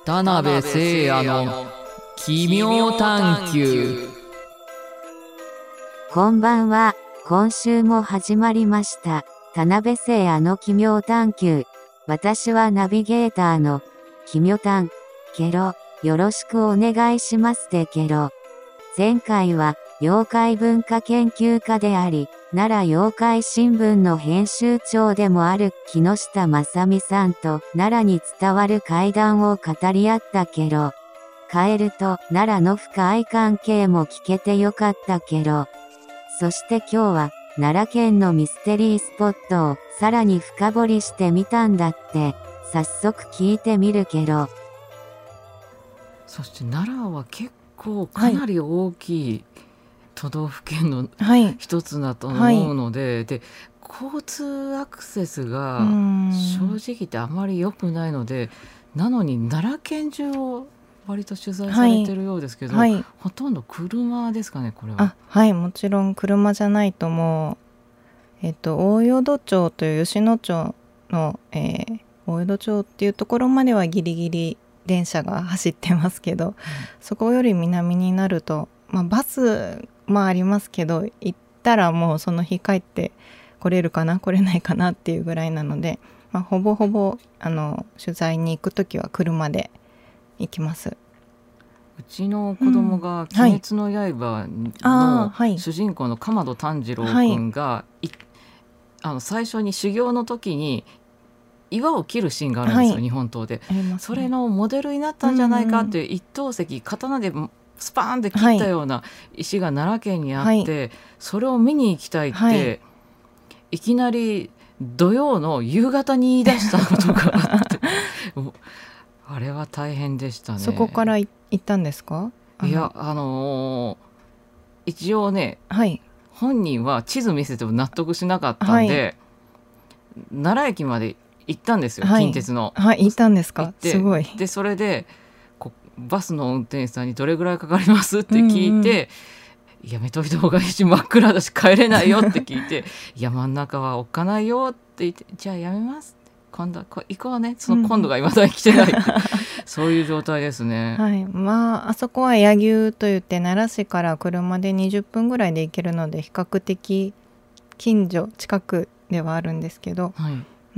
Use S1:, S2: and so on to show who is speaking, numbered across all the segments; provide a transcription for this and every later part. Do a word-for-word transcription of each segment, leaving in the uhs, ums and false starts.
S1: 田辺聖也の奇妙探求。
S2: こんばんは。今週も始まりました田辺聖也の奇妙探求。私はナビゲーターの奇妙探ケロ。よろしくお願いしますでケロ。前回は妖怪文化研究家であり、奈良妖怪新聞の編集長でもある木下正美さんと奈良に伝わる怪談を語り合ったケロ。カエルと奈良の深い関係も聞けてよかったケロ。そして今日は奈良県のミステリースポットをさらに深掘りしてみたんだって。早速聞いてみるケロ。
S1: そして奈良は結構かなり大きい都道府県の一つだと思うので、はいはい、で交通アクセスが正直言ってあまり良くないので、なのに奈良県中を割と取材されてるようですけど、はいはい、ほとんど車ですかねこれは。
S3: あ、はい、もちろん車じゃないともう、えっと、大淀町という吉野町の、えー、大淀町っていうところまではギリギリ電車が走ってますけど、うん、そこより南になると、まあ、バスもありますけど、行ったらもうその日帰って来れるかな来れないかなっていうぐらいなので、まあ、ほぼほぼあの取材に行くときは車で行きます。
S1: うちの子供が鬼滅の刃の主人公の竈門炭治郎くんが、はい、あの最初に修行の時に岩を切るシーンがあるんですよ、はい、日本刀で、ね、それのモデルになったんじゃないかっていう一等石、刀でスパーンって切ったような石が奈良県にあって、はい、それを見に行きたいって、はい、いきなり土曜の夕方に言い出したことがあってあれは大変でしたね。
S3: そこから行ったんですか？
S1: いや、あのー、一応ね、はい、本人は地図見せても納得しなかったんで、はい、奈良駅まで行ったんですよ、はい、近鉄の。
S3: はい、行ったんですか？すごい。
S1: でそれでこバスの運転手さんにどれぐらいかかりますって聞いて、うんうん、やめといた方がいいし真っ暗だし帰れないよって聞いて山の中はおっかないよって言って、じゃあやめます今度行こうね。その今度が未だに来てない、うん、そういう状態ですね。
S3: はい、まああそこは柳生といって奈良市から車でにじゅっぷんぐらいで行けるので比較的近所近くではあるんですけど、はい、うんうん、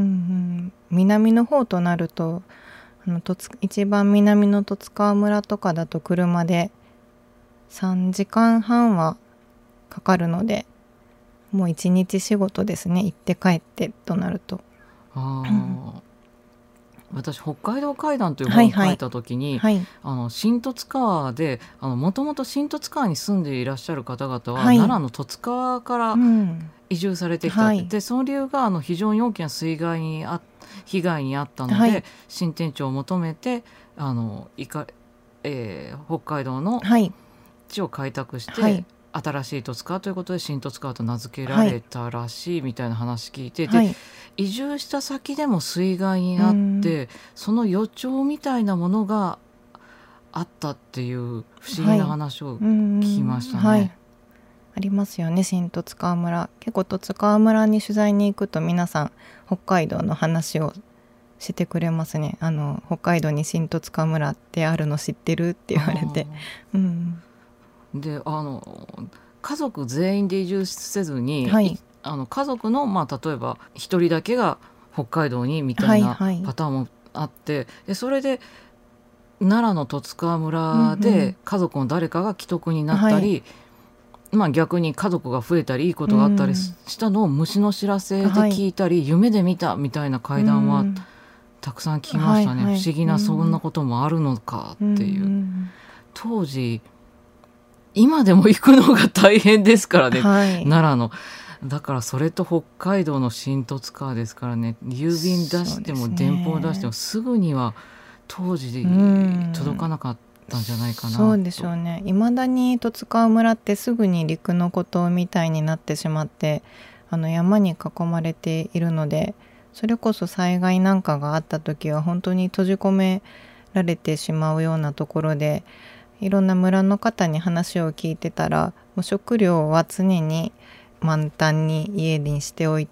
S3: 南の方となるとあのとつ一番南の十津川村とかだと車でさんじかんはんはかかるので、もう一日仕事ですね、行って帰ってとなると。
S1: あ、うん、私北海道怪談という本を書いた時に、はいはい、あの新十津川でもともと新十津川に住んでいらっしゃる方々は、はい、奈良の十津川から移住されてきた、うん、でその理由があの非常に大きな水害にあ被害に遭ったので、はい、新天地を求めてあのいか、えー、北海道の地を開拓して、はい、新しい十津川ということで新十津川と名付けられたらしいみたいな話聞いて、はい、で移住した先でも水害にあってその予兆みたいなものがあったっていう不思議な話を聞きましたね。はいはい、
S3: ありますよね、新十津川村。結構十津川村に取材に行くと皆さん北海道の話をしてくれますね。あの北海道に新十津川村ってあるの知ってるって言われて、うん、
S1: であの家族全員で移住せずに、はい、あの家族の、まあ、例えば一人だけが北海道にみたいなパターンもあって、はいはい、でそれで奈良の十津川村で家族の誰かが既得になったり、うんうん、まあ、逆に家族が増えたりいいことがあったりしたのを虫の知らせで聞いたり、はい、夢で見たみたいな怪談はたくさん聞きましたね。はいはい、不思議なそんなこともあるのかっていう、うん、当時今でも行くのが大変ですからね、はい、奈良の。だからそれと北海道の新十津川ですからね、郵便出しても電報出してもすぐには当時届かなかったんじゃないかなと。
S3: そうでしょうね。いまだに十津川村ってすぐに陸の孤島みたいになってしまって、あの山に囲まれているので、それこそ災害なんかがあった時は本当に閉じ込められてしまうようなところで、いろんな村の方に話を聞いてたら、もう食料は常に満タンに家にしておいて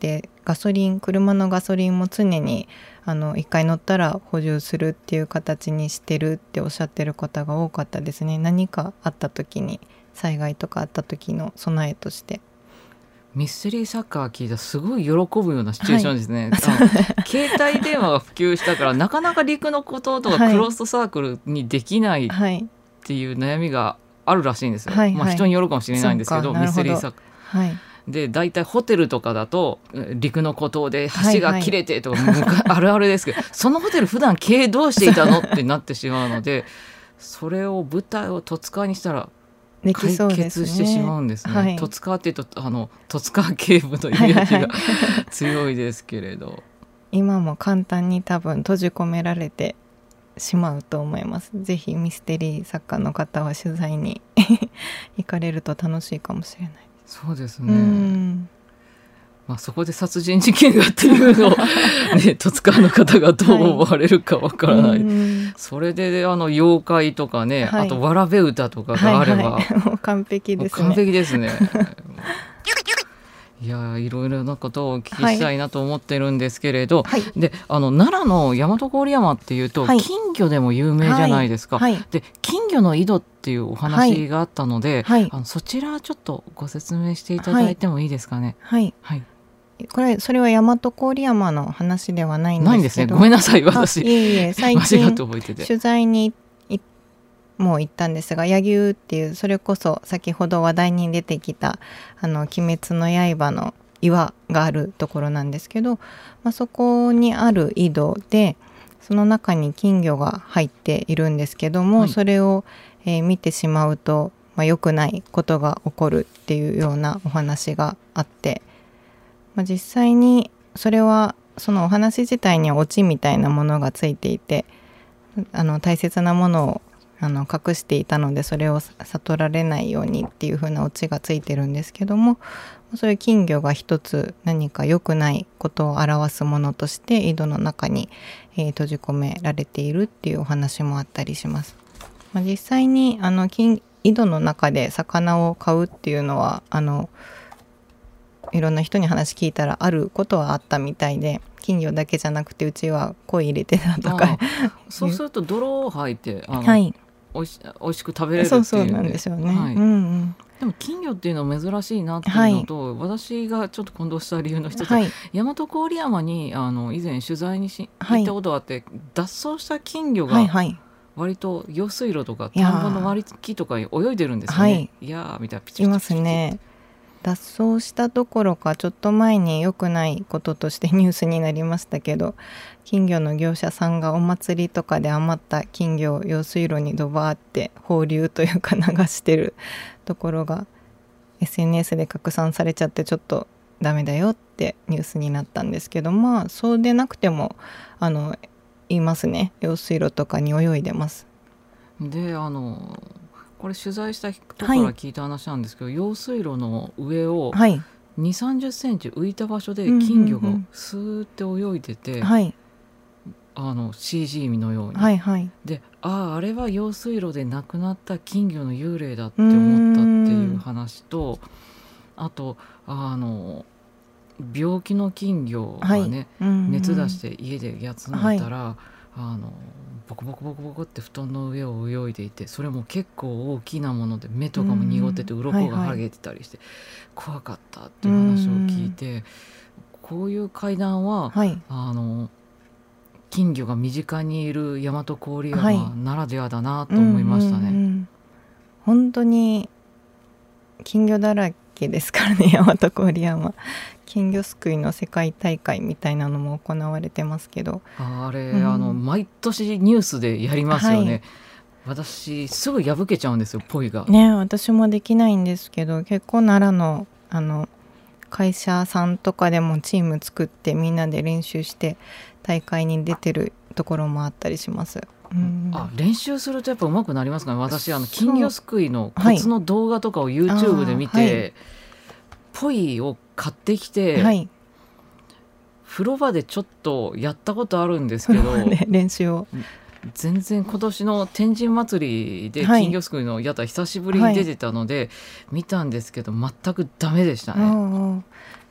S3: ガソリン車のガソリンも常にあのいっかい乗ったら補充するっていう形にしてるっておっしゃってる方が多かったですね。何かあった時に、災害とかあった時の備えとして。
S1: ミステリーサッカー聞いたらすごい喜ぶようなシチュエーションですね、はい、携帯電話が普及したからなかなか陸のこととかクロスサークルにできないっていう悩みがあるらしいんですよ、はいはい、まあ、人によるかもしれないんですけど、ミステリーサッカー、はい、で大体ホテルとかだと陸の孤島で橋が切れてとか、はいはい、あるあるですけどそのホテル普段経営どうしていたのってなってしまうので、それを舞台を十津川にしたら解決してしまうんですね。はい、十津川っていうとあの十津川警部のイメージが強いですけれど
S3: 今も簡単に多分閉じ込められてしまうと思います。ぜひミステリー作家の方は取材に行かれると楽しいかもしれない。
S1: そうですね、うん、まあ、そこで殺人事件がっていうのを、ね、十津川の方がどう思われるかわからない、はい、それであの妖怪とかね、はい、あとわらべ歌とかがあれば、はいはい、
S3: もう完璧ですね。
S1: 完璧ですねいやいろいろなことをお聞きしたいなと思ってるんですけれど、はい、であの奈良の大和郡山っていうと、はい、金魚でも有名じゃないですか、はいはい、で金魚の井戸っていうお話があったので、はいはい、あのそちらちょっとご説明していただいてもいいですかね。はい、はい、
S3: これそれは大和郡山の話ではないんですけど。
S1: ないんですね、ごめんなさい私。
S3: いえいえ、最近取材にもう行ったんですが、柳生っていうそれこそ先ほど話題に出てきたあの鬼滅の刃の岩があるところなんですけど、まあ、そこにある井戸でその中に金魚が入っているんですけども、はい、それを、えー、見てしまうと、まあ、良くないことが起こるっていうようなお話があって、まあ、実際にそれはそのお話自体にはオチみたいなものがついていて、あの大切なものをあの隠していたのでそれを悟られないようにっていう風なオチがついてるんですけども、そういう金魚が一つ何か良くないことを表すものとして井戸の中に、えー、閉じ込められているっていうお話もあったりします。まあ、実際にあの金井戸の中で魚を飼うっていうのはあのいろんな人に話聞いたらあることはあったみたいで、金魚だけじゃなくてうちは鯉入れてたとか
S1: そうすると泥を吐いてあの、はい、おいし、おいしく食べれるっていう、ね、
S3: そうそうなんですよね、はい、うんうん、
S1: でも金魚っていうのは珍しいなっていうのと、はい、私がちょっと混同した理由の一つは、はい、大和郡山にあの以前取材にし行ったことがあって、はい、脱走した金魚が割と用水路とか田んぼの割り木とかに泳いでるんですよね。はい、いやーみたいなピチピチピチ
S3: いますね。脱走したどころかちょっと前に良くないこととしてニュースになりましたけど、金魚の業者さんがお祭りとかで余った金魚を用水路にドバーって放流というか流してるところが エスエヌエス で拡散されちゃって、ちょっとダメだよってニュースになったんですけど、まあそうでなくてもあのいますね。用水路とかに泳いでます。
S1: であのこれ取材した人から聞いた話なんですけど、はい、用水路の上をにじゅう、さんじゅっセンチ浮いた場所で金魚がスーって泳いでて、はい、あの シージー のように、はいはい、であああれは用水路で亡くなった金魚の幽霊だって思ったっていう話と、あとあの病気の金魚がね、はい、熱出して家で休んでたら、はい、あのボコボコボコボコって布団の上を泳いでいて、それも結構大きなもので目とかも濁ってて鱗が剥げてたりして怖かったっていう話を聞いて、こういう怪談は、はい、あの金魚が身近にいる大和郡山ならではだなと思いましたね、はい、うんうんうん、
S3: 本当に金魚だらけですからね、大和郡山。金魚すくいの世界大会みたいなのも行われてますけど、
S1: あれ、うん、あの毎年ニュースでやりますよね、はい、私すぐ破けちゃうんですよ、ポイが
S3: ね。私もできないんですけど、結構奈良のあの会社さんとかでもチーム作ってみんなで練習して大会に出てるところもあったりします。うん、
S1: あ、練習するとやっぱ上手くなりますかね。私あの金魚すくいのコツの動画とかを YouTube で見て、はい、ポイを買ってきて、はい、風呂場でちょっとやったことあるんですけど、
S3: ね、練習を
S1: 全然今年の天神祭りで金魚すくいのやった久しぶりに出てたので見たんですけど全くダメでしたね。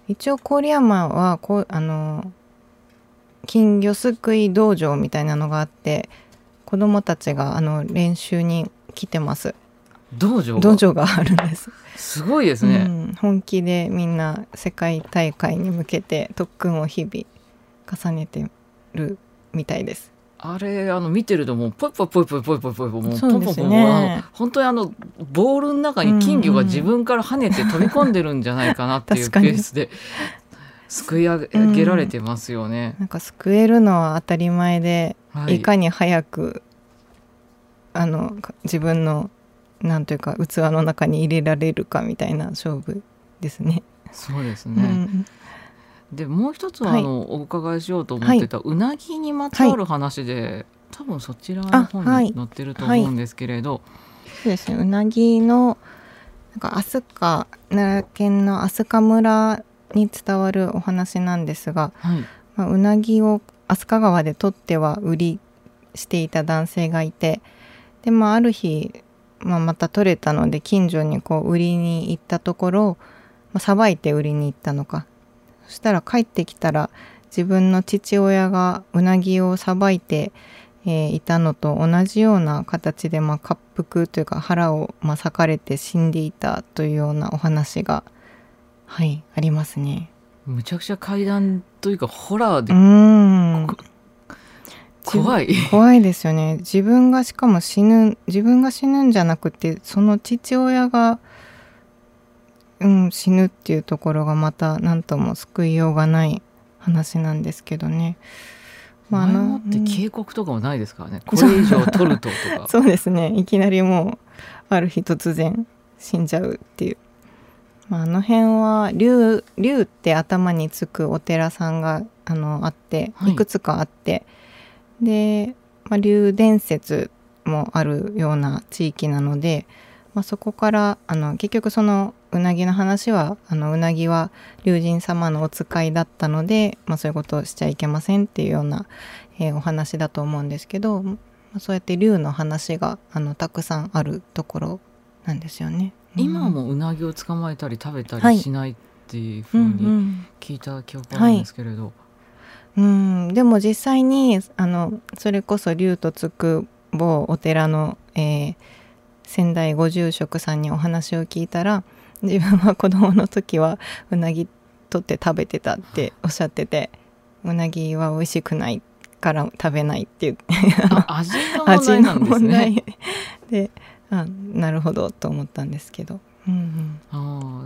S3: 一応郡山はこうあの金魚すくい道場みたいなのがあって、子どもたちがあの練習に来てます。
S1: 道場が
S3: 道場があるんです。
S1: すごいですね、
S3: うん、本気でみんな世界大会に向けて特訓を日々重ねてるみたいです。
S1: あれあの見てるともうポイポイポイポイポイポイポイポイもう
S3: そうですね、
S1: ポンポンポンあの本当にあのボールの中に金魚が自分から跳ねて飛び込んでるんじゃないかなっていうペースですくい上げられてますよね、
S3: うん、なんかすくえるのは当たり前で、はい、いかに早くあの自分のなんというか器の中に入れられるかみたいな勝負ですね。
S1: そうですね、うん、でもう一つは、
S3: はい、
S1: あのお伺いしようと思ってた、はい、うなぎにまつわる話で、はい、多分そちらの本に載ってると思うんですけれど、はいはい、
S3: そうですね、うなぎのなんか飛鳥奈良県の飛鳥村に伝わるお話なんですが、はい、まあ、うなぎを飛鳥川で取っては売りしていた男性がいて、で、まあ、ある日、まあ、また取れたので近所にこう売りに行ったところ、まあ、さばいて売りに行ったのか、そしたら帰ってきたら自分の父親がうなぎをさばいて、えー、いたのと同じような形で、まあ、滑腹というか腹を、まあ、裂かれて死んでいたというようなお話が、はい、ありますね。
S1: むちゃくちゃ怪談というかホラーで、
S3: うーん、
S1: 怖い
S3: 怖いですよね。自分がしかも死ぬ自分が死ぬんじゃなくてその父親が、うん、死ぬっていうところがまた何とも救いようがない話なんですけどね。
S1: まあ、前もって警告とかもないですからね、うん、これ以上取るととか
S3: そうですね、いきなりもうある日突然死んじゃうっていう、まあ、あの辺は竜、竜って頭につくお寺さんがあのあっていくつかあって、はい、で、まあ、竜伝説もあるような地域なので、まあ、そこからあの結局そのうなぎの話はあのうなぎは龍神様のお使いだったので、まあ、そういうことをしちゃいけませんっていうような、えー、お話だと思うんですけど、まあ、そうやって龍の話があのたくさんあるところなんですよね。
S1: 今もうなぎを捕まえたり食べたりしないっていうふうに聞いた記憶があるんですけれど、
S3: はい、うん、でも実際にあのそれこそ龍とつく某お寺の、えー、先代ご住職さんにお話を聞いたら、自分は子供の時はうなぎ取って食べてたっておっしゃってて、うなぎは美味しくないから食べないっていう
S1: 味の問題なんですね。
S3: で、あ、なるほどと思ったんですけど、うんうん、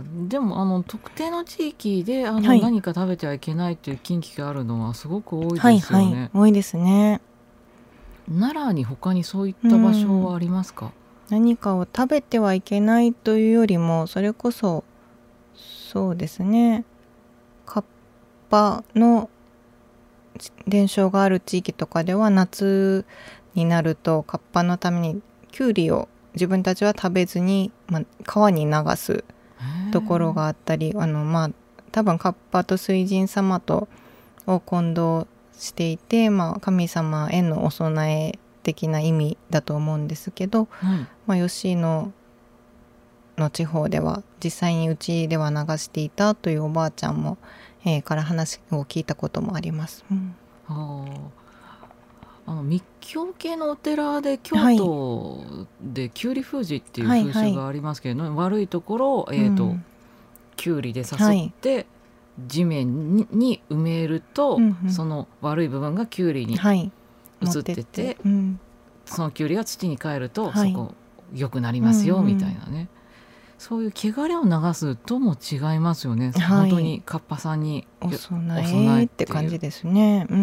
S1: あでもあの特定の地域であの、はい、何か食べてはいけないという禁忌があるのはすごく多いですよね。はいはい、
S3: 多いですね。
S1: 奈良に他にそういった場所はありますか？うん、
S3: 何かを食べてはいけないというよりも、それこそそうですね、カッパの伝承がある地域とかでは夏になるとカッパのためにキュウリを自分たちは食べずに、まあ、川に流すところがあったり、あの、まあ、多分カッパと水神様とを混同していて、まあ、神様へのお供え的な意味だと思うんですけど、うん、まあ、吉野の地方では実際にうちでは流していたというおばあちゃんも、えー、から話を聞いたこともあります。うん、
S1: ああの密教系のお寺で京都できゅうり封じっていう風習がありますけれども、はいはい、悪いところを、えーとうん、きゅうりで誘って地面に埋めると、はい、その悪い部分がきゅうりに移ってて、はい、うん、そのきゅうりが土に帰ると、はい、そこ良くなりますよ、うんうん、みたいなね、そういう汚れを流すとも違いますよね、はい、本当にカッパさんに
S3: お供えって感じですね。うんうん、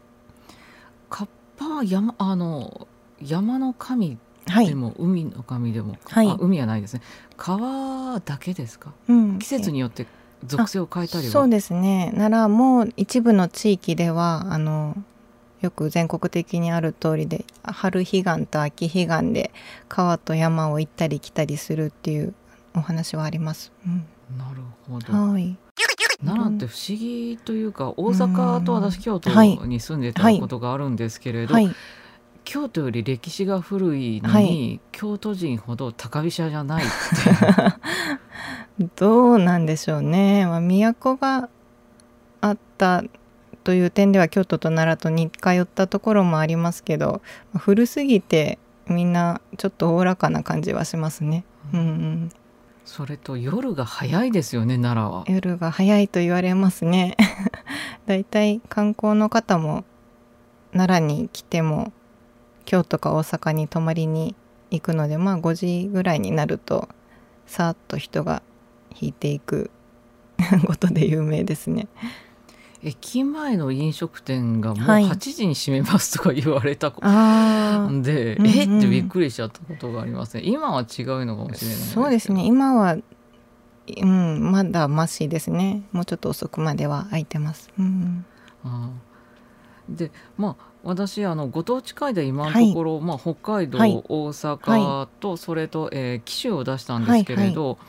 S1: カッパは 山, あの山の神でも、はい、海の神でも、はい、あ海はないですね、川だけですか？うん、季節によって属性を変えたりは？
S3: そうですね、奈良も一部の地域ではあのよく全国的にある通りで春彼岸と秋彼岸で川と山を行ったり来たりするっていうお話はあります。うん、
S1: なるほど、
S3: はい、
S1: 奈良って不思議というか、大阪と私京都に住んでたことがあるんですけれど、はいはい、京都より歴史が古いのに、はい、京都人ほど高飛車じゃないって
S3: どうなんでしょうね、まあ、都があったという点では京都と奈良とに通ったところもありますけど、まあ、古すぎてみんなちょっとおおらかな感じはしますね、うんうん、
S1: それと夜が早いですよね、奈良は。
S3: 夜が早いと言われますねだいたい観光の方も奈良に来ても京都か大阪に泊まりに行くので、まあごじぐらいになるとさーっと人が引いていくことで有名ですね。
S1: 駅前の飲食店がもうはちじに閉めますとか言われたこと、
S3: はい、
S1: で、うんうん、えってびっくりしちゃったことがありますね。今は違うのかもしれないですけど。
S3: そうですね、今は、うん、まだマシですね。もうちょっと遅くまでは空いてます、うん、
S1: あでまあ私あのご当地会で今のところ、はい、まあ、北海道、はい、大阪と、はい、それと、えー、紀州を出したんですけれど、はいはい、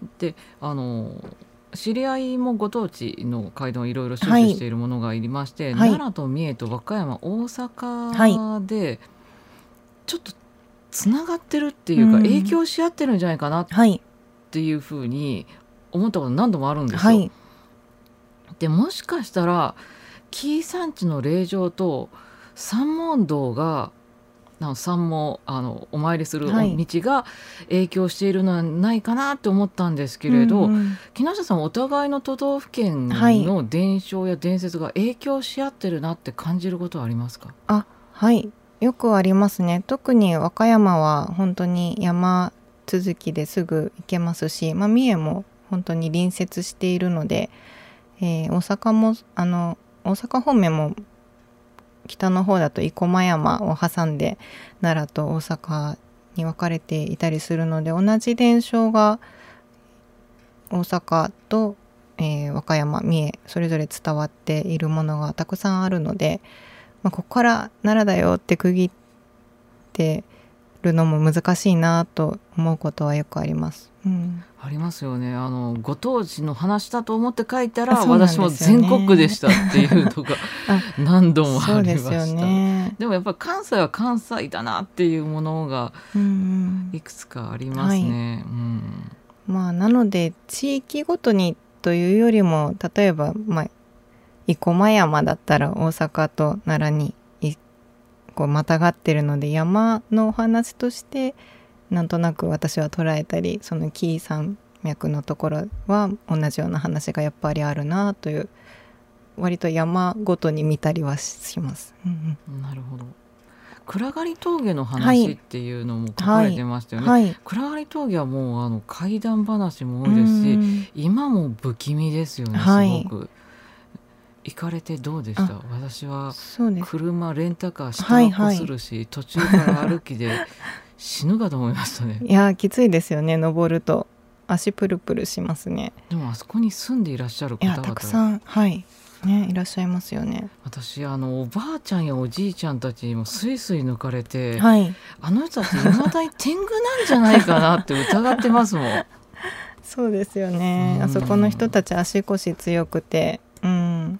S1: であの知り合いもご当地の街道をいろいろ収集しているものがいまして、はい、奈良と三重と和歌山、大阪でちょっとつながってるっていうか、はい、影響し合ってるんじゃないかなっていうふうに思ったこと何度もあるんですよ、はい、でもしかしたら紀伊山地の霊場と三門堂が三門あのお参りする道が影響しているのではないかなと思ったんですけれど、はい、木下さんお互いの都道府県の伝承や伝説が影響し合ってるなって感じることはありますか？
S3: あ、はい、よくありますね。特に和歌山は本当に山続きですぐ行けますし、まあ、三重も本当に隣接しているので、えー、大阪もあの大阪方面も北の方だと生駒山を挟んで奈良と大阪に分かれていたりするので、同じ伝承が大阪と、えー、和歌山、三重それぞれ伝わっているものがたくさんあるので、まあ、ここから奈良だよって区切ってるのも難しいなと思うことはよくあります、うん、
S1: ありますよね。あのご当地の話だと思って書いたら、私も全国区でしたっていうのが何度もありました。そうですよね。でもやっぱり関西は関西だなっていうものがいくつかありますね、うん、
S3: はい、まあ、なので地域ごとにというよりも、例えば、まあ、生駒山だったら大阪と奈良にこうまたがってるので、山のお話としてなんとなく私は捉えたり、その紀伊山脈のところは同じような話がやっぱりあるなという、割と山ごとに見たりはします、うん
S1: うん、なるほど。暗刈峠の話っていうのも書かれてましたよね、はいはい、暗刈峠はもうあの怪談話も多いですし、今も不気味ですよね、すごく、はい、行かれてどうでした？私は車レンタカー下をこするし、はいはい、途中から歩きで死ぬかと思いましたね。
S3: いやきついですよね、登ると足プルプルしますね。
S1: でもあそこに住んでいらっしゃる方々、いや
S3: たくさん、はいね、いらっしゃいますよね。
S1: 私あのおばあちゃんやおじいちゃんたちにもスイスイ抜かれて、
S3: はい、
S1: あの人たちいまだに天狗なんじゃないかなって疑ってますもん。
S3: そうですよね、あそこの人たち足腰強くて、うん、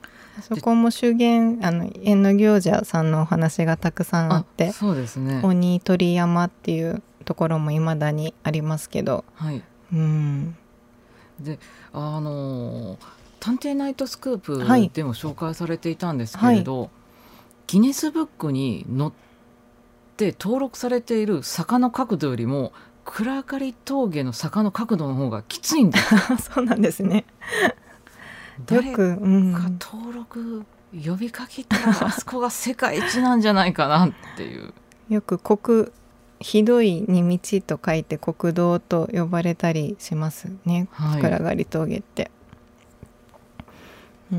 S3: そこも修験あの縁の行者さんのお話がたくさんあって、
S1: そうですね、
S3: 鬼鳥山っていうところもいまだにありますけど、
S1: はい、
S3: うん、
S1: であの探偵ナイトスクープでも紹介されていたんですけれど、はい、ギネスブックに載って登録されている坂の角度よりも暗刈峠の坂の角度の方がきついんです
S3: そうなんですね。
S1: 誰か登録呼びかけたらあそこが世界一なんじゃないかなっていう
S3: よく国ひどいに道と書いて国道と呼ばれたりしますね、はい、暗刈峠って、うん、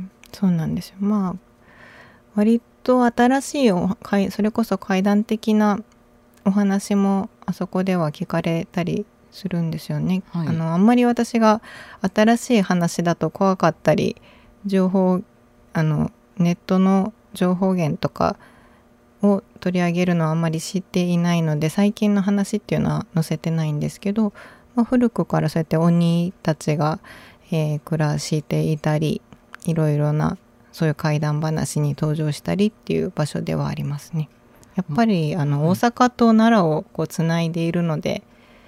S3: そうなんですよ。まあ割と新しいおそれこそ怪談的なお話もあそこでは聞かれたりするんですよね、はい、あのあんまり私が新しい話だと怖かったり、情報あのネットの情報源とかを取り上げるのはあんまり知っていないので、最近の話っていうのは載せてないんですけど、まあ、古くからそうやって鬼たちが、えー、暮らしていたり、いろいろなそういう怪談話に登場したりっていう場所ではありますね。やっぱりあの大阪と奈良をこうつないでいるので、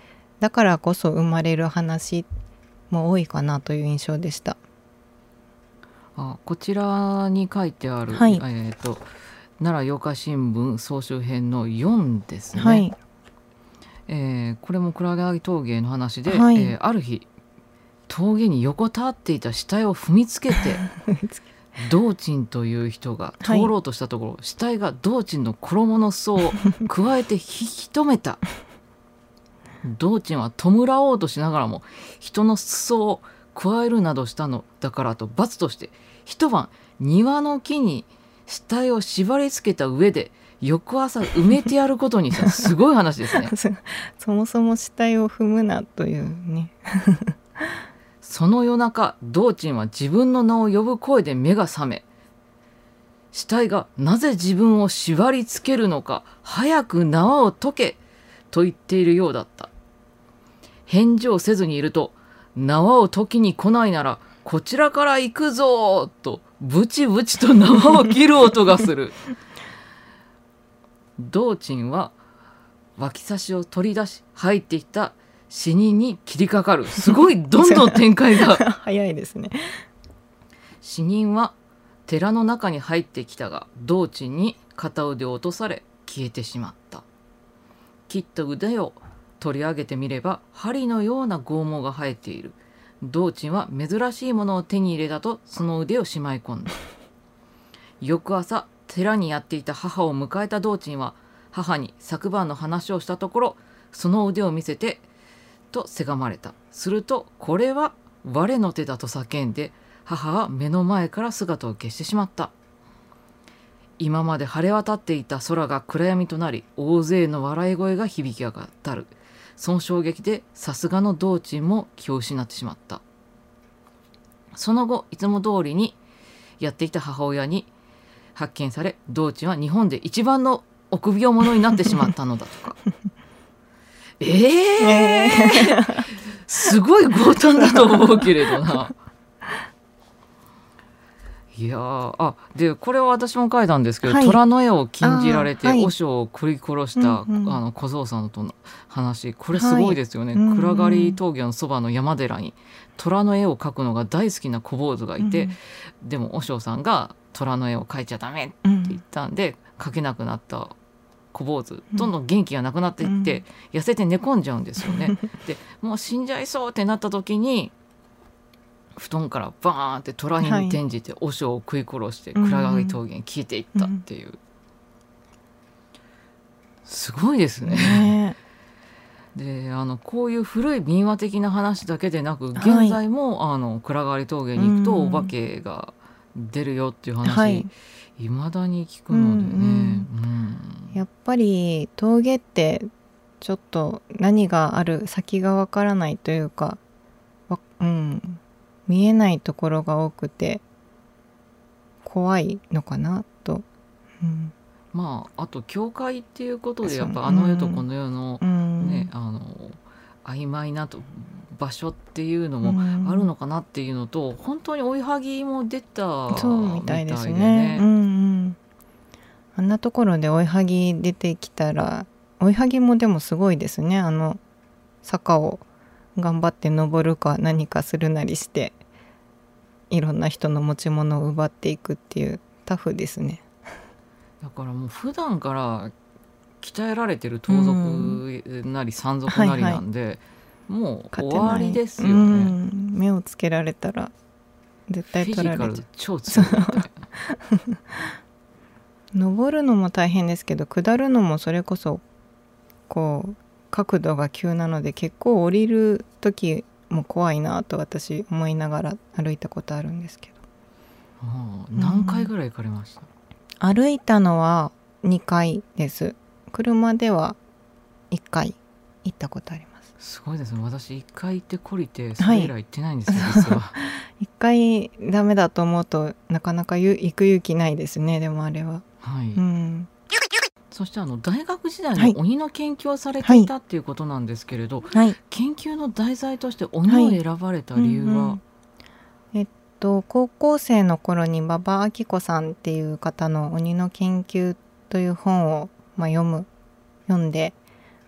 S3: だからこそ生まれる話も多いかなという印象でした。
S1: あ、こちらに書いてある、
S3: はい、
S1: えーと、奈良八日新聞総集編のよんですね。
S3: はい、
S1: えー、これも倉垣陶芸の話で、
S3: はい、
S1: えー、ある日峠に横たわっていた死体を踏みつけて道珍という人が通ろうとしたところ、はい、死体が道珍の衣の裾を加えて引き止めた道珍は弔おうとしながらも人の裾を加えるなどしたのだからと罰として一晩庭の木に死体を縛り付けた上で翌朝埋めてやることにした。すごい話ですね
S3: そもそも死体を踏むなというね
S1: その夜中道珍は自分の名を呼ぶ声で目が覚め、死体がなぜ自分を縛り付けるのか早く縄を解けと言っているようだった。返事をせずにいると、縄を解きに来ないならこちらから行くぞとブチブチと縄を切る音がする道珍は脇差しを取り出し入ってきた死人に切りかかる。すごいどんどん展開が
S3: 早いですね。
S1: 死人は寺の中に入ってきたが道珍に片腕を落とされ消えてしまった。切った腕を取り上げてみれば針のような剛毛が生えている。道珍は珍しいものを手に入れたとその腕をしまい込んだ。翌朝寺にやっていた母を迎えた道珍は母に昨晩の話をしたところ、その腕を見せてとせがまれた。するとこれは我の手だと叫んで母は目の前から姿を消してしまった。今まで晴れ渡っていた空が暗闇となり、大勢の笑い声が響き渡る。その衝撃でさすがの道珍も気を失ってしまった。その後いつも通りにやっていた母親に発見され、道珍は日本で一番の臆病者になってしまったのだとかえー、えー、すごい強胆だと思うけれどな。いやあでこれは私も書いたんですけど、はい、虎の絵を禁じられて和尚を食い殺した、うんうん、あの小僧さんとの話、これすごいですよね、はい、暗がり峠のそばの山寺に虎の絵を描くのが大好きな小坊主がいて、うん、でも和尚さんが虎の絵を描いちゃダメって言ったんで、うん、描けなくなった小坊主どんどん元気がなくなっていって、うん、痩せて寝込んじゃうんですよねでもう死んじゃいそうってなった時に布団からバーンって虎に転じて和尚を食い殺して倉垣峠に消えていったっていう、うん、すごいですね、ねであのこういう古い民話的な話だけでなく現在も、はい、あの倉垣峠に行くとお化けが出るよっていう話、はい、未だに聞くのでね、うんうん、
S3: やっぱり峠ってちょっと何がある先がわからないというか、うん、見えないところが多くて怖いのかなと、うん、
S1: まああと教会っていうことでやっぱあの世とこの世の、うんね、あの曖昧なと場所っていうのもあるのかなっていうのと、うん、本当に追いはぎも出た
S3: そうみたいですね、うんうん、あんなところで追いはぎ出てきたら追いはぎもでもすごいですね。あの坂を頑張って登るか何かするなりしていろんな人の持ち物を奪っていくっていうタフですね。
S1: だからもう普段から鍛えられてる盗賊なり山賊なりなんで、うんはいはい、もう終わりですよね、うん、
S3: 目をつけられたら絶対取られちゃう。フィジカル
S1: 超強いみたいな
S3: 登るのも大変ですけど下るのもそれこそこう角度が急なので結構降りる時も怖いなと私思いながら歩いたことあるんですけど。
S1: ああ、何回ぐらい行かれました？
S3: うん、歩いたのはにかいです。車ではいっかい行ったことあります。
S1: すごいですね。私いっかい行って懲りてそれ以来行ってないんですよ、はい、実は。
S3: いっかいダメだと思うとなかなか行く勇気ないですね。でもあれは、
S1: はい、
S3: うん、
S1: そしてあの大学時代に鬼の研究をされていたっていうことなんですけれど、はいはい、研究の題材として鬼を選ばれた理由は、はいうんうん、
S3: えっと高校生の頃に馬場明子さんっていう方の鬼の研究という本を、まあ、読む読んで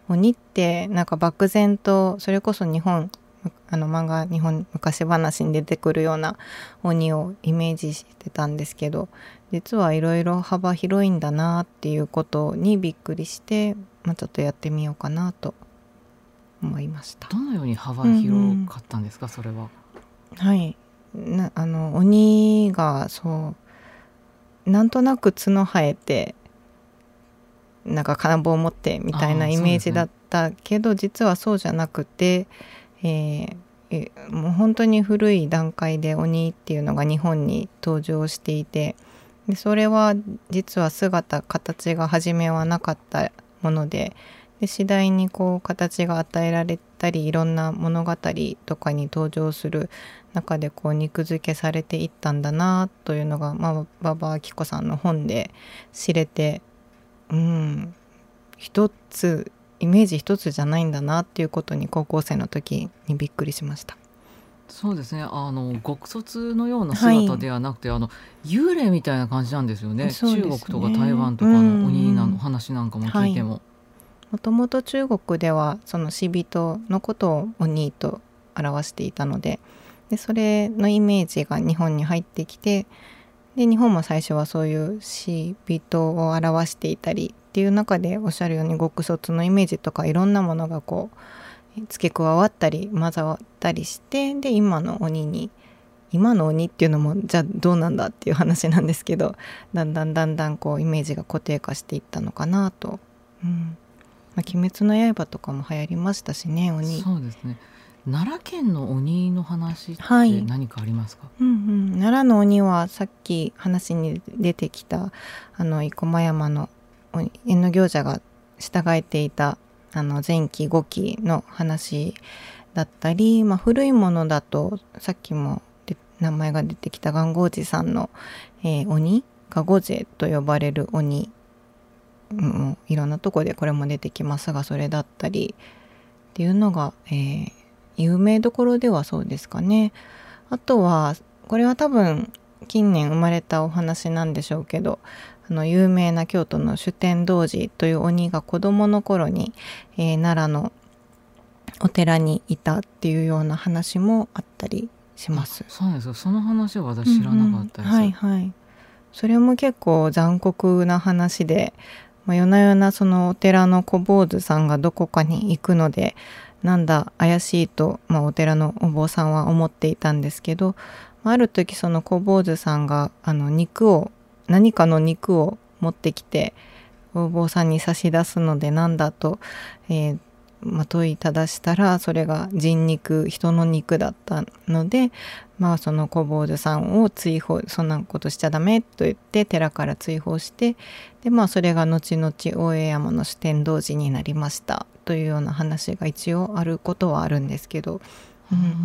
S3: 鬼ってなんか漠然とそれこそ日本あの漫画日本昔話に出てくるような鬼をイメージしてたんですけど、実はいろいろ幅広いんだなっていうことにびっくりして、まあ、ちょっとやってみようかなと思いました。
S1: どのように幅広かったんですか、うんうん、それは。
S3: はいなあの鬼がそうなんとなく角生えてなんか金棒を持ってみたいなイメージだったけど、ね、実はそうじゃなくて、えー、えもう本当に古い段階で鬼っていうのが日本に登場していて、でそれは実は姿形が初めはなかったもので、で次第にこう形が与えられたりいろんな物語とかに登場する中でこう肉付けされていったんだなというのが、まあ、馬場明子さんの本で知れて、うん一つイメージ一つじゃないんだなっていうことに高校生の時にびっくりしました。
S1: そうですね、あの極卒のような姿ではなくて、はい、あの幽霊みたいな感じなんですよ ね, ですね。中国とか台湾とかの鬼の話なんかも聞いても、
S3: もともと中国ではその死人のことを鬼と表していたの で, でそれのイメージが日本に入ってきて、で日本も最初はそういう死人を表していたりっていう中で、おっしゃるように極卒のイメージとかいろんなものがこう付け加わったり混ざったりして、で今の鬼に今の鬼っていうのもじゃあどうなんだっていう話なんですけど、だんだんだんだんこうイメージが固定化していったのかなと、うんまあ、鬼滅の刃とかも流行りましたしね、鬼。
S1: そうですね。奈良県の鬼の話って何かありますか？
S3: はいうんうん、奈良の鬼はさっき話に出てきたあの生駒山の縁の行者が従えていたあの前期後期の話だったり、まあ、古いものだとさっきも名前が出てきた元号寺さんの、えー、鬼ガゴゼと呼ばれる鬼、もういろんなとこでこれも出てきますが、それだったりっていうのが、えー、有名どころではそうですかね。あとはこれは多分近年生まれたお話なんでしょうけど、あの有名な京都の酒呑童子という鬼が子供の頃に、えー、奈良のお寺にいたっていうような話もあったりします。
S1: そうですよ。その話は私知らなかったです、
S3: うんうん、はいはい。それも結構残酷な話で、まあ、夜な夜なそのお寺の小坊主さんがどこかに行くので、なんだ怪しいと、まあ、お寺のお坊さんは思っていたんですけど、ある時その小坊主さんがあの肉を何かの肉を持ってきてお坊さんに差し出すので、なんだと、えーまあ、問いただしたら、それが人肉人の肉だったので、まあ、その小坊主さんを追放、そんなことしちゃダメと言って寺から追放して、で、まあ、それが後々大江山の酒呑童子になりましたというような話が一応あることはあるんですけど、うんうんうん、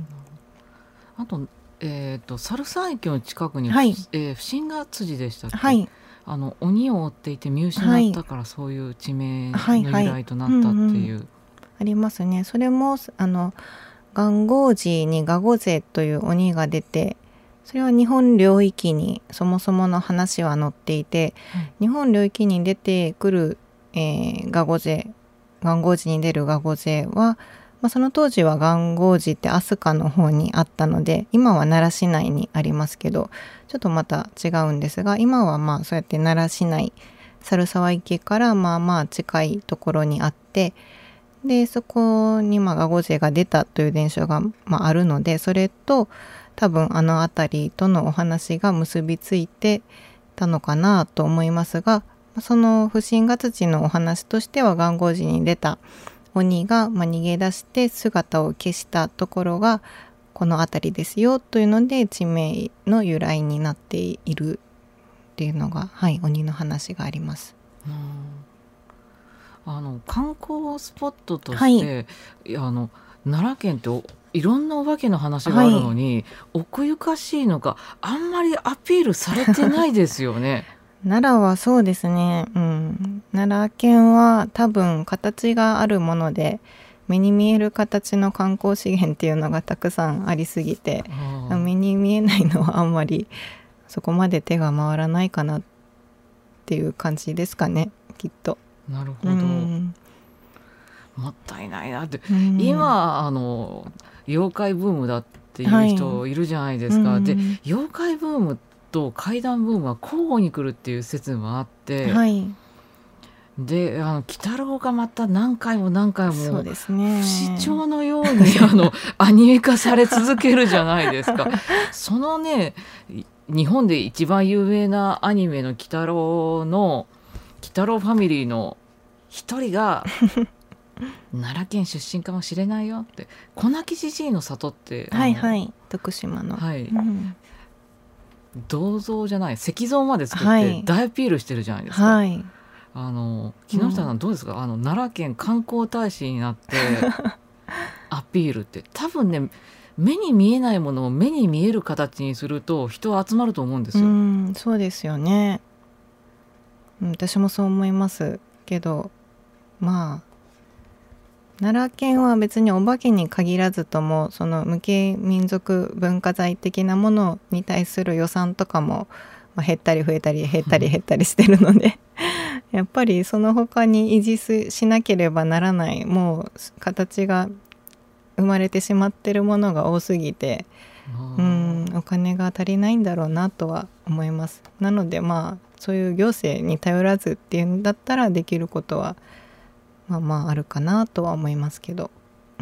S1: あとえー、と猿沢駅の近くに、
S3: はい
S1: えー、不審が辻でしたっけ、
S3: はい、
S1: あの鬼を追っていて見失ったから、はい、そういう地名の由来となったっていう、はいはいうんうん、
S3: ありますね。それもあの元号寺にガゴゼという鬼が出て、それは日本領域にそもそもの話は載っていて、はい、日本領域に出てくる、えー、ガゴゼ元号寺に出るガゴゼは、まあ、その当時は元号寺って飛鳥の方にあったので、今は奈良市内にありますけど、ちょっとまた違うんですが、今はまあそうやって奈良市内猿沢池からまあまあ近いところにあって、でそこにまあガゴゼが出たという伝承がまああるので、それと多分あの辺りとのお話が結びついてたのかなと思いますが、その不審が土のお話としては、元号寺に出た鬼がまあ逃げ出して姿を消したところがこの辺りですよというので、地名の由来になっているっていうのが、はい、鬼の話があります。
S1: うん、あの観光スポットとして、はい、あの奈良県っていろんなお化けの話があるのに、はい、奥ゆかしいのかあんまりアピールされてないですよね。
S3: 奈良はそうですね、うん、奈良県は多分形があるもので、目に見える形の観光資源っていうのがたくさんありすぎて、目に見えないのはあんまりそこまで手が回らないかなっていう感じですかね、きっと。
S1: なるほど、うん、 もったいないなって、うん、今あの妖怪ブームだっていう人いるじゃないですか、はい、で、うん、妖怪ブームと怪談ブームは交互に来るっていう説もあって、はい、であの鬼太郎がまた何回も何回も
S3: そうですね、
S1: 不死鳥のようにあのアニメ化され続けるじゃないですか。そのね日本で一番有名なアニメの鬼太郎の鬼太郎ファミリーの一人が奈良県出身かもしれないよって、小泣きじじいの里って
S3: はいはい徳島の、
S1: はい、うん、銅像じゃない石像まで作って大アピールしてるじゃないですか、はい、あの木下さんどうですか、うん、あの奈良県観光大使になってアピールって多分ね目に見えないものを目に見える形にすると人は集まると思うんですよ。
S3: うん、そうですよね、うん、私もそう思いますけど、まあ奈良県は別にお化けに限らずともその無形民族文化財的なものに対する予算とかも、まあ、減ったり増えたり減ったり減ったりしてるのでやっぱりその他に維持しなければならないもう形が生まれてしまってるものが多すぎて、うん、お金が足りないんだろうなとは思います。なのでまあそういう行政に頼らずっていうんだったらできることはまあまああるかなとは思いますけど、うん、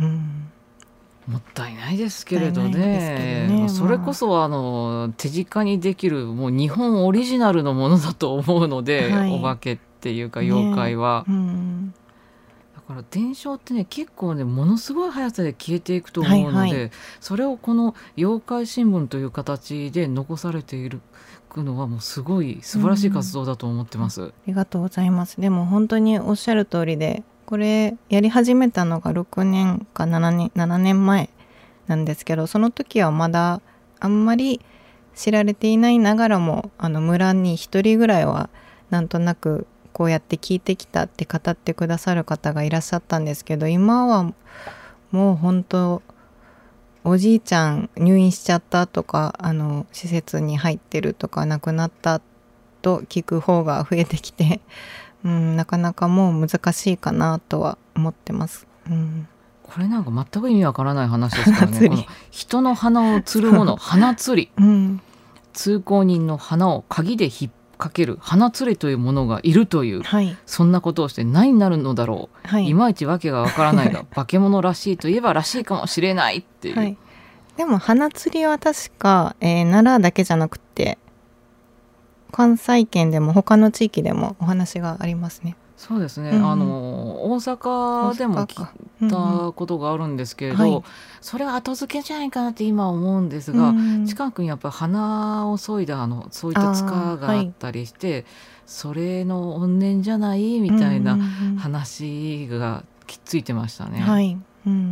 S1: もったいないですけれど ね, ねそれこそあの手近にできるもう日本オリジナルのものだと思うので、はい、お化けっていうか妖怪は、ね、うん、だから伝承ってね結構ねものすごい速さで消えていくと思うので、はいはい、それをこの妖怪新聞という形で残されているのはもうすごい素晴らしい活動だと思ってます、うん、あ
S3: りがとうございます。でも本当におっしゃる通りでこれやり始めたのがろくねんかななねん、ななねんまえなんですけど、その時はまだあんまり知られていないながらもあの村に一人ぐらいはなんとなくこうやって聞いてきたって語ってくださる方がいらっしゃったんですけど、今はもう本当おじいちゃん入院しちゃったとかあの施設に入ってるとか亡くなったと聞く方が増えてきて、うん、なかなかもう難しいかなとは思ってます、うん、
S1: これなんか全く意味わからない話ですからね。この人の鼻を釣るもの鼻釣り、うん、通行人の鼻を鍵で引っ掛ける鼻釣りというものがいるという、はい、そんなことをして何になるのだろう、はい、いまいちわけがわからないが化け物らしいといえばらしいかもしれないっていう、はい、
S3: でも鼻釣りは確か、えー、奈良だけじゃなくて関西圏でも他の地域でもお話がありますね。
S1: そうですね、うん、あの大阪でも聞いたことがあるんですけれど、うんうんはい、それは後付けじゃないかなって今思うんですが、うん、近くにやっぱり鼻を削いだあのそういった塚があったりして、はい、それの怨念じゃないみたいな話がきっついてましたね、はいうんうん、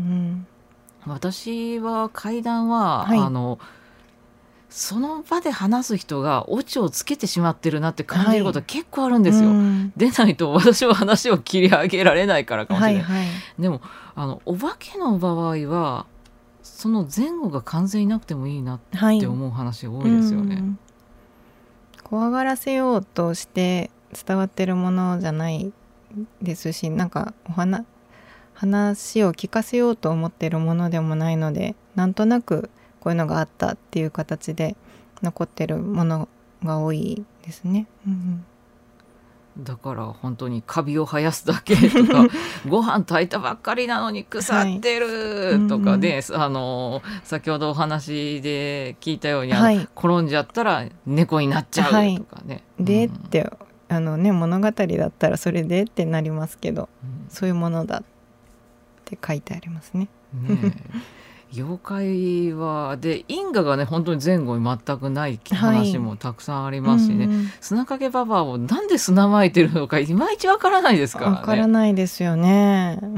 S1: 私は怪談は、はい、あのその場で話す人がオチをつけてしまってるなって感じること結構あるんですよ、はい、でないと私は話を切り上げられないからかもしれない、はいはい、でもあのお化けの場合はその前後が完全になくてもいいなって思う話が多いですよね、はい、
S3: 怖がらせようとして伝わってるものじゃないですし、なんかお話話を聞かせようと思ってるものでもないので、なんとなくこういうのがあったっていう形で残ってるものが多いですね、うん
S1: うん、だから本当にカビを生やすだけとかご飯炊いたばっかりなのに腐ってるとかね、はいうんうん、あの先ほどお話で聞いたように、はい、転んじゃったら猫になっちゃうとかね、はい、
S3: で、うん、ってあの、ね、物語だったらそれでってなりますけど、うん、そういうものだって書いてありますね。ね
S1: 妖怪はで因果がね本当に前後に全くない話もたくさんありますしね、はいうん、砂かけババアをなんで砂まいてるのかいまいちわからないですからね。
S3: わからないですよね、うん、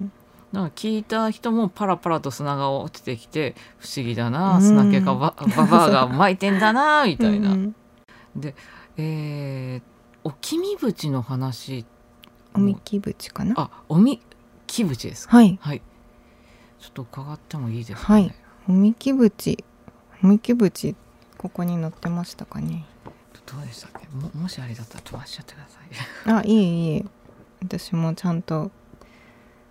S1: なんか聞いた人もパラパラと砂が落ちてきて不思議だな、うん、砂けか バ, ババアがまいてんだなみたいな、うん、で、えー、おきみぶちの話
S3: おみきぶちかな
S1: あおみきぶちです
S3: か、はい、はい
S1: ちょっと伺ってもいいですかね。はい、
S3: おみきぶち、おみきぶちここに載ってましたかね。
S1: どうでしたっけ。 も, もしあれだったら飛ばしちゃってください。
S3: あ、いいいい。私もちゃんと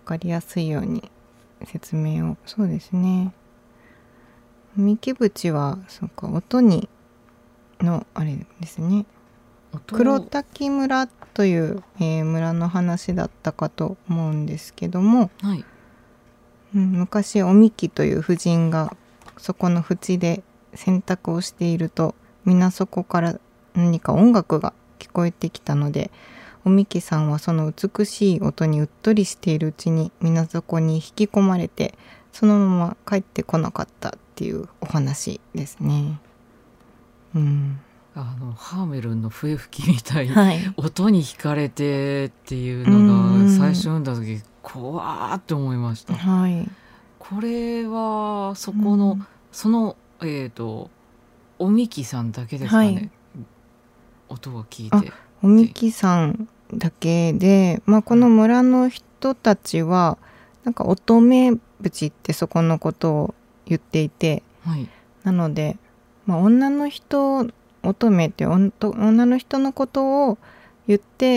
S3: かりやすいように説明を。そうですね。三木淵はそうか音にのあれですね。黒滝村という、えー、村の話だったかと思うんですけども、
S1: はい、
S3: うん、昔おみきという婦人がそこの淵で洗濯をしていると、皆そこから何か音楽が聞こえてきたので、おみきさんはその美しい音にうっとりしているうちに水底に引き込まれて、そのまま帰ってこなかったっていうお話ですね。うん、
S1: あのハーメルンの笛吹きみたいに、はい、音に惹かれてっていうのが最初読んだ時怖ーって思いました。
S3: はい、
S1: これはそこの、うん、そのえっ、ー、とおみきさんだけですかね、はい、音が聞いて。
S3: おみきさんだけで、まあ、この村の人たちはなんか乙女淵ってそこのことを言っていて、
S1: はい、
S3: なので、まあ、女の人乙女って女の人のことを言って、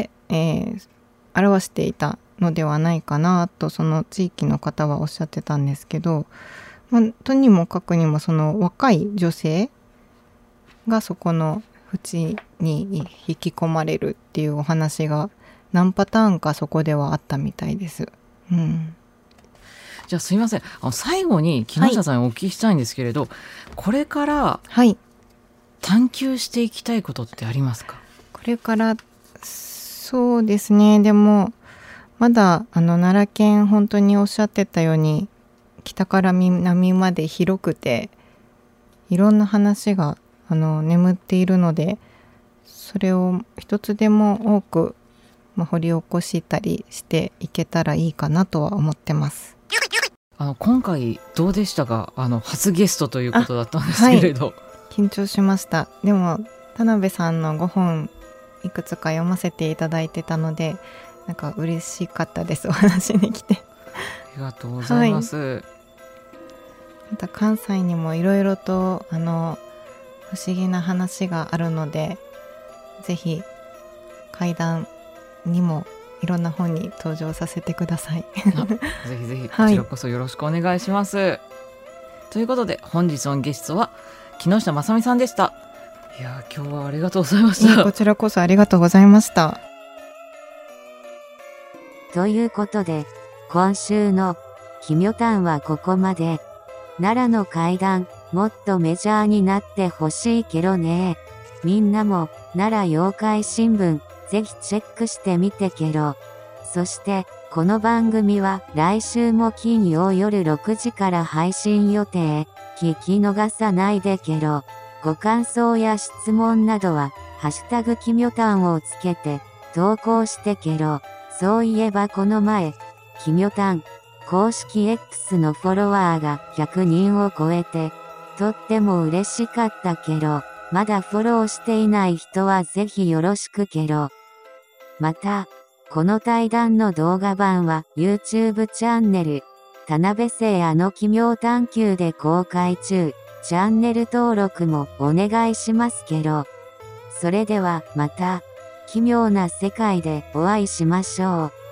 S3: えー、表していたのではないかなとその地域の方はおっしゃってたんですけど、まあ、とにもかくにもその若い女性がそこの淵に引き込まれるっていうお話が何パターンかそこではあったみたいです。うん、
S1: じゃあすいません、あの最後に木下さんにお聞きしたいんですけれど、はい、これから探求していきたいことってありますか？
S3: これからそうですね、でもまだあの奈良県本当におっしゃってたように北から南まで広くていろんな話があの眠っているので、それを一つでも多く、まあ、掘り起こしたりしていけたらいいかなとは思ってます。
S1: あの今回どうでしたか？あの初ゲストということだったんですけれど、はい、
S3: 緊張しました。でも田辺さんのごほんいくつか読ませていただいてたので、なんか嬉しかったです、お話に来て。あ
S1: りがとうございます、はい、
S3: また関西にもいろいろとあの不思議な話があるので、ぜひ怪談にもいろんな本に登場させてください。
S1: ぜひぜひこちらこそよろしくお願いします、はい、ということで本日のゲストは木下正美さんでした。いや今日はありがとうございました。
S3: こちらこそありがとうございました。
S2: ということで今週の奇妙談はここまで。奈良の怪談もっとメジャーになってほしいけどね。みんなも奈良妖怪新聞ぜひチェックしてみてけろ。そしてこの番組は来週も金曜夜ろくじから配信予定。聞き逃さないでけろ。ご感想や質問などはハッシュタグ奇妙談をつけて投稿してけろ。そういえばこの前奇妙談公式 X のフォロワーがひゃくにんを超えて、とっても嬉しかったけど、まだフォローしていない人はぜひよろしくけろ。また、この対談の動画版は YouTube チャンネル、田辺聖あの奇妙探求で公開中、チャンネル登録もお願いしますけど。それではまた、奇妙な世界でお会いしましょう。